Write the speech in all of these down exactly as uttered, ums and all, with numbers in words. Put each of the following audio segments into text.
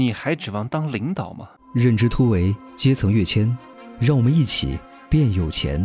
你还指望当领导吗？ 认知突围，阶层跃迁，让我们一起变有钱。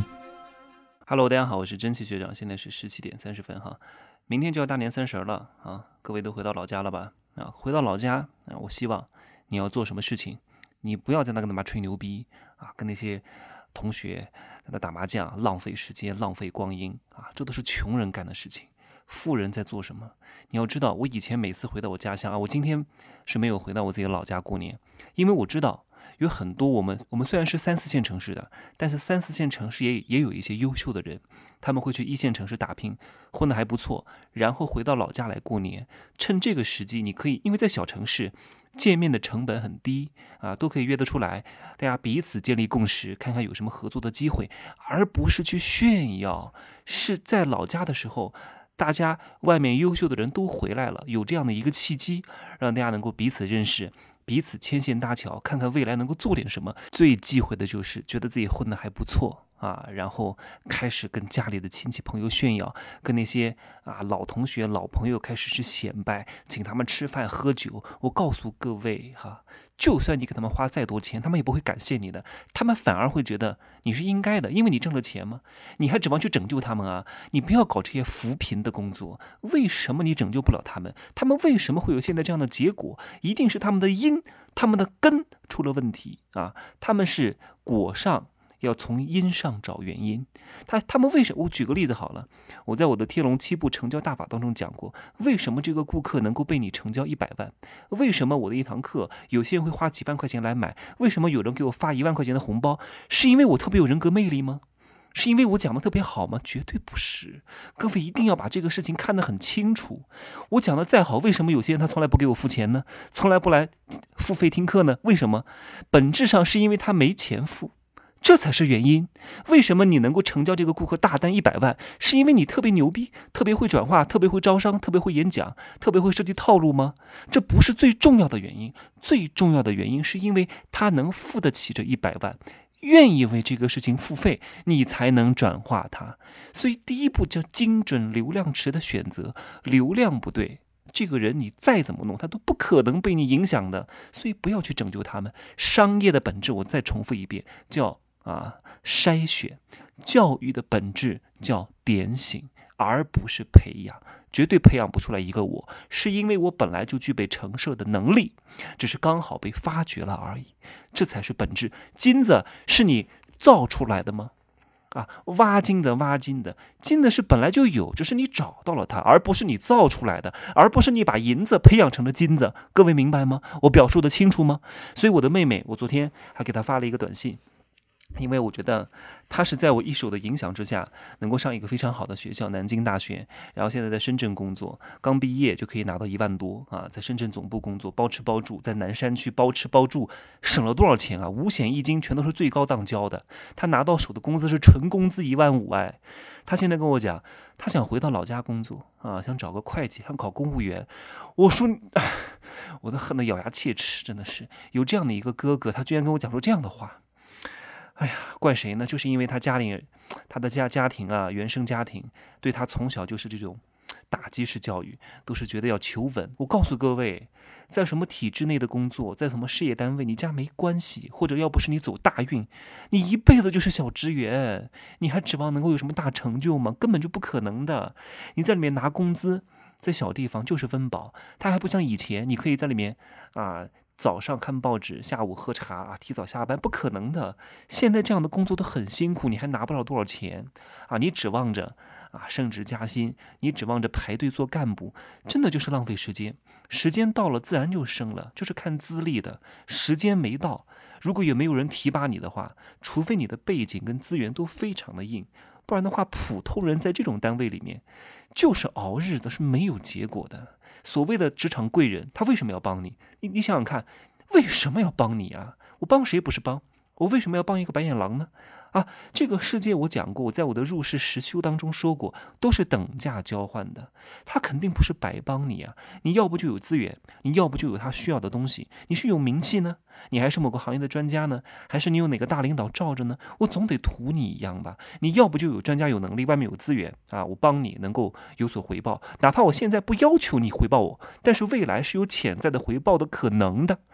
Hello， 大家好，我是蒸汽学长，现在是十七点三十分哈。明天就要大年三十了啊，各位都回到老家了吧？啊，回到老家啊，我希望你要做什么事情，你不要在那跟他妈吹牛逼啊，跟那些同学在那打麻将，浪费时间，浪费光阴啊，这都是穷人干的事情。富人在做什么？你要知道，我以前每次回到我家乡啊，我今天是没有回到我自己的老家过年，因为我知道有很多我们我们虽然是三四线城市的，但是三四线城市也也有一些优秀的人，他们会去一线城市打拼，混得还不错，然后回到老家来过年。趁这个时机，你可以因为在小城市见面的成本很低啊，都可以约得出来，大家彼此建立共识，看看有什么合作的机会，而不是去炫耀。是在老家的时候，大家外面优秀的人都回来了，有这样的一个契机，让大家能够彼此认识，彼此牵线搭桥，看看未来能够做点什么。最忌讳的就是觉得自己混得还不错啊，然后开始跟家里的亲戚朋友炫耀，跟那些啊老同学老朋友开始去显摆，请他们吃饭喝酒。我告诉各位哈，就算你给他们花再多钱，他们也不会感谢你的，他们反而会觉得你是应该的，因为你挣了钱嘛，你还指望去拯救他们啊？你不要搞这些扶贫的工作，为什么你拯救不了他们？他们为什么会有现在这样的结果？一定是他们的因，他们的根出了问题啊！他们是果上要从因上找原因。他他们为什么？我举个例子好了，我在我的天龙七步成交大法当中讲过，为什么这个顾客能够被你成交一百万？为什么我的一堂课有些人会花几万块钱来买？为什么有人给我发一万块钱的红包？是因为我特别有人格魅力吗？是因为我讲的特别好吗？绝对不是。各位一定要把这个事情看得很清楚。我讲的再好，为什么有些人他从来不给我付钱呢？从来不来付费听课呢？为什么？本质上是因为他没钱付，这才是原因。为什么你能够成交这个顾客大单一百万？是因为你特别牛逼，特别会转化，特别会招商，特别会演讲，特别会设计套路吗？这不是最重要的原因。最重要的原因是因为他能付得起这一百万，愿意为这个事情付费，你才能转化它。所以第一步叫精准流量池的选择，流量不对，这个人你再怎么弄，他都不可能被你影响的。所以不要去拯救他们。商业的本质，我再重复一遍，叫啊筛选。教育的本质叫点醒，而不是培养。绝对培养不出来一个我，是因为我本来就具备成事的能力，只是刚好被发掘了而已。这才是本质。金子是你造出来的吗？啊，挖金的挖金的，金子是本来就有，只是你找到了它，而不是你造出来的，而不是你把银子培养成了金子。各位明白吗？我表述的清楚吗？所以我的妹妹，我昨天还给她发了一个短信，因为我觉得他是在我一手的影响之下能够上一个非常好的学校，南京大学，然后现在在深圳工作，刚毕业就可以拿到一万多啊，在深圳总部工作，包吃包住，在南山区包吃包住，省了多少钱啊？五险一金全都是最高档交的，他拿到手的工资是纯工资一万五哎。他现在跟我讲，他想回到老家工作啊，想找个会计，想考公务员。我说，我都恨得咬牙切齿，真的是有这样的一个哥哥，他居然跟我讲出这样的话。哎呀，怪谁呢？就是因为他家里，他的家家庭啊，原生家庭对他从小就是这种打击式教育，都是觉得要求稳。我告诉各位，在什么体制内的工作，在什么事业单位，你家没关系，或者要不是你走大运，你一辈子就是小职员，你还指望能够有什么大成就吗？根本就不可能的。你在里面拿工资，在小地方就是温饱，他还不像以前，你可以在里面啊。早上看报纸，下午喝茶啊，提早下班，不可能的。现在这样的工作都很辛苦，你还拿不了多少钱啊！你指望着啊升职加薪，你指望着排队做干部，真的就是浪费时间。时间到了自然就升了，就是看资历的。时间没到，如果也没有人提拔你的话，除非你的背景跟资源都非常的硬，不然的话，普通人在这种单位里面就是熬日的，是没有结果的。所谓的职场贵人，他为什么要帮你？你你想想看，为什么要帮你啊？我帮谁不是帮？我为什么要帮一个白眼狼呢？啊，这个世界我讲过，我在我的入世实修当中说过，都是等价交换的。他肯定不是白帮你啊！你要不就有资源，你要不就有他需要的东西。你是有名气呢，你还是某个行业的专家呢，还是你有哪个大领导罩着呢？我总得图你一样吧？你要不就有专家有能力，外面有资源啊，我帮你能够有所回报，哪怕我现在不要求你回报我，但是未来是有潜在的回报的可能的。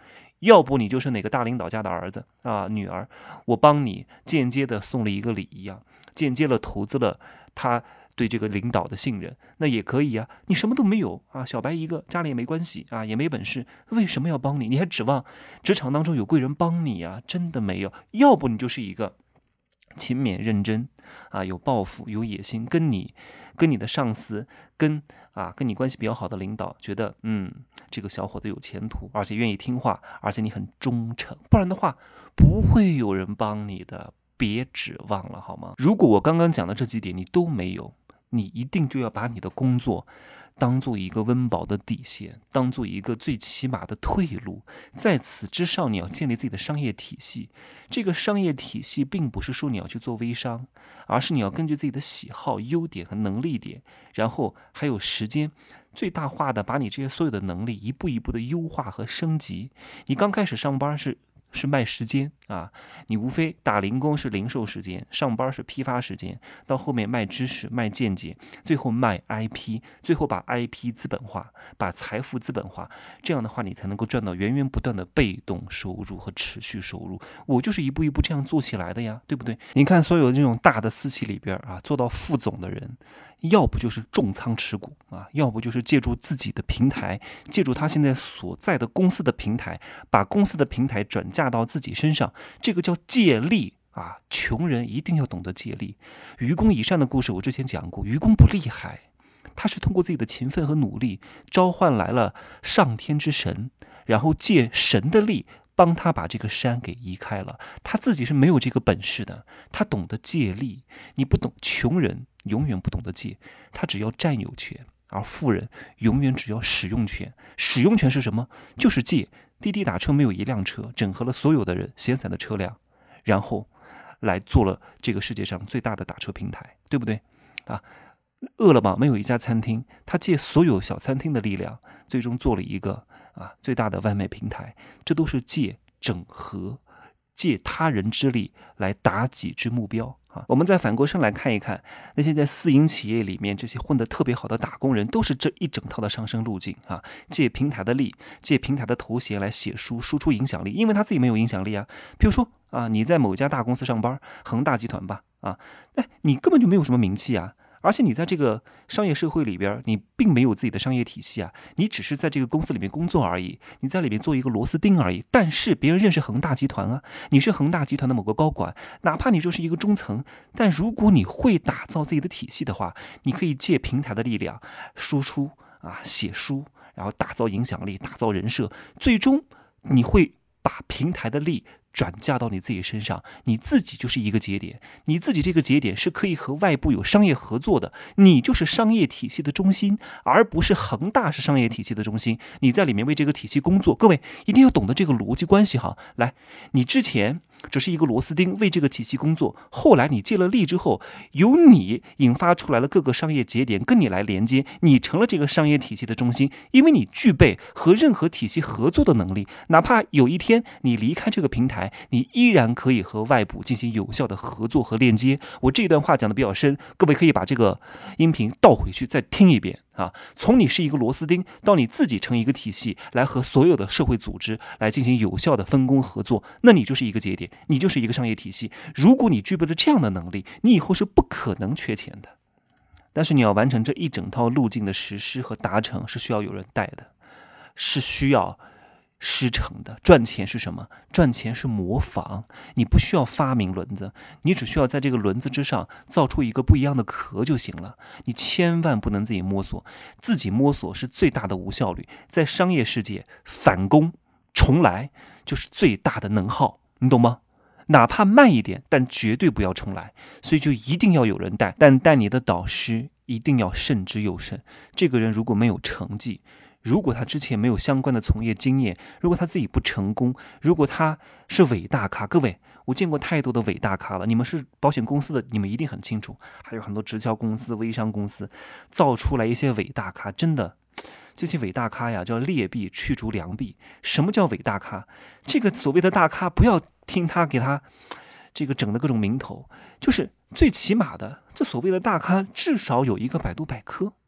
要不你就是哪个大领导家的儿子啊女儿，我帮你间接的送了一个礼一样，间接了投资了他对这个领导的信任，那也可以啊。你什么都没有啊，小白一个，家里也没关系啊，也没本事，为什么要帮你？你还指望职场当中有贵人帮你啊？真的没有。要不你就是一个勤勉认真啊，有抱负有野心，跟你跟你的上司跟啊跟你关系比较好的领导觉得嗯这个小伙子有前途，而且愿意听话，而且你很忠诚，不然的话不会有人帮你的，别指望了好吗？如果我刚刚讲的这几点你都没有，你一定就要把你的工作当做一个温饱的底线，当做一个最起码的退路，在此之上你要建立自己的商业体系。这个商业体系并不是说你要去做微商，而是你要根据自己的喜好、优点和能力点，然后还有时间，最大化的把你这些所有的能力一步一步的优化和升级。你刚开始上班是是卖时间啊，你无非打零工是零售时间，上班是批发时间，到后面卖知识、卖见解，最后卖 I P， 最后把 I P 资本化，把财富资本化，这样的话你才能够赚到源源不断的被动收入和持续收入。我就是一步一步这样做起来的呀，对不对？你看所有这种大的私企里边啊，做到副总的人，要不就是重仓持股啊，要不就是借助自己的平台，借助他现在所在的公司的平台，把公司的平台转嫁到自己身上，这个叫借力啊。穷人一定要懂得借力。愚公移山的故事我之前讲过，愚公不厉害，他是通过自己的勤奋和努力召唤来了上天之神，然后借神的力帮他把这个山给移开了，他自己是没有这个本事的，他懂得借力。你不懂，穷人永远不懂得借，他只要占有权，而富人永远只要使用权。使用权是什么？就是借。滴滴打车没有一辆车，整合了所有的人闲散的车辆，然后来做了这个世界上最大的打车平台，对不对啊？饿了么没有一家餐厅，他借所有小餐厅的力量，最终做了一个啊最大的外卖平台。这都是借整合，借他人之力来达己之目标啊。我们再反过身来看一看，那些在私营企业里面这些混得特别好的打工人，都是这一整套的上升路径啊。借平台的力，借平台的头衔来写书，输出影响力，因为他自己没有影响力啊。比如说啊，你在某家大公司上班，恒大集团吧，啊，哎，你根本就没有什么名气啊。而且你在这个商业社会里边，你并没有自己的商业体系啊，你只是在这个公司里面工作而已，你在里面做一个螺丝钉而已。但是别人认识恒大集团啊，你是恒大集团的某个高管，哪怕你就是一个中层，但如果你会打造自己的体系的话，你可以借平台的力量输出啊，写书，然后打造影响力，打造人设，最终你会把平台的力转嫁到你自己身上，你自己就是一个节点，你自己这个节点是可以和外部有商业合作的，你就是商业体系的中心，而不是恒大是商业体系的中心，你在里面为这个体系工作。各位一定要懂得这个逻辑关系哈。来，你之前只是一个螺丝钉为这个体系工作，后来你借了力之后，由你引发出来了各个商业节点跟你来连接，你成了这个商业体系的中心，因为你具备和任何体系合作的能力，哪怕有一天你离开这个平台，你依然可以和外部进行有效的合作和链接。我这段话讲的比较深，各位可以把这个音频倒回去再听一遍啊。从你是一个螺丝钉到你自己成一个体系，来和所有的社会组织来进行有效的分工合作，那你就是一个节点，你就是一个商业体系。如果你具备了这样的能力，你以后是不可能缺钱的。但是你要完成这一整套路径的实施和达成，是需要有人带的，是需要师承的。赚钱是什么？赚钱是模仿，你不需要发明轮子，你只需要在这个轮子之上造出一个不一样的壳就行了。你千万不能自己摸索，自己摸索是最大的无效率。在商业世界，返工重来就是最大的能耗，你懂吗？哪怕慢一点，但绝对不要重来。所以就一定要有人带，但带你的导师一定要慎之又慎。这个人如果没有成绩，如果他之前没有相关的从业经验，如果他自己不成功，如果他是伪大咖，各位，我见过太多的伪大咖了，你们是保险公司的，你们一定很清楚，还有很多直销公司、微商公司造出来一些伪大咖，真的，这些伪大咖呀，叫劣币驱逐良币。什么叫伪大咖？这个所谓的大咖，不要听他给他这个整的各种名头，就是最起码的，这所谓的大咖至少有一个百度百科。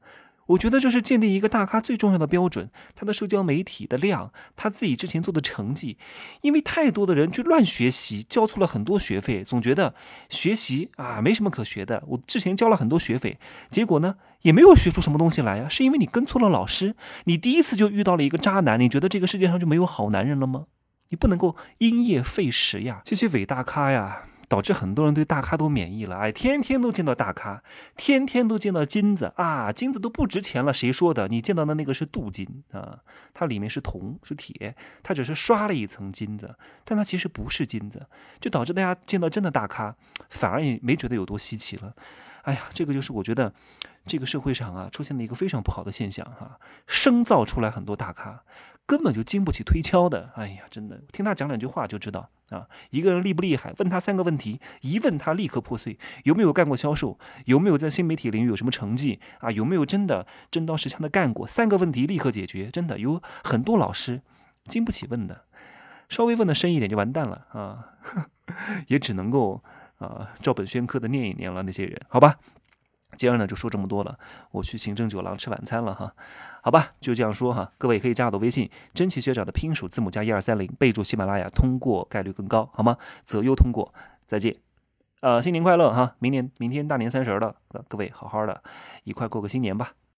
我觉得这是鉴定一个大咖最重要的标准，他的社交媒体的量，他自己之前做的成绩。因为太多的人去乱学习，交错了很多学费，总觉得学习啊没什么可学的。我之前交了很多学费，结果呢也没有学出什么东西来呀，是因为你跟错了老师。你第一次就遇到了一个渣男，你觉得这个世界上就没有好男人了吗？你不能够因噎废食呀，这些伪大咖呀，导致很多人对大咖都免疫了。哎，天天都见到大咖，天天都见到金子啊，金子都不值钱了。谁说的？你见到的那个是镀金啊，它里面是铜是铁，它只是刷了一层金子，但它其实不是金子，就导致大家见到真的大咖，反而也没觉得有多稀奇了。哎呀，这个就是我觉得这个社会上啊出现了一个非常不好的现象哈、啊，生造出来很多大咖，根本就经不起推敲的。哎呀，真的，听他讲两句话就知道啊，一个人厉不厉害，问他三个问题，一问他立刻破碎。有没有干过销售？有没有在新媒体领域有什么成绩啊？有没有真的真刀实枪的干过？三个问题立刻解决，真的有很多老师经不起问的，稍微问的深一点就完蛋了啊，也只能够啊照本宣科的念一念了那些人，好吧。今儿呢就说这么多了，我去行政酒廊吃晚餐了哈，好吧，就这样说哈。各位可以加我的微信，真奇学长的拼数字母加一二三零，备注喜马拉雅，通过概率更高，好吗？择优通过，再见。呃，新年快乐哈！明年明天大年三十了，各位好好的一块过个新年吧。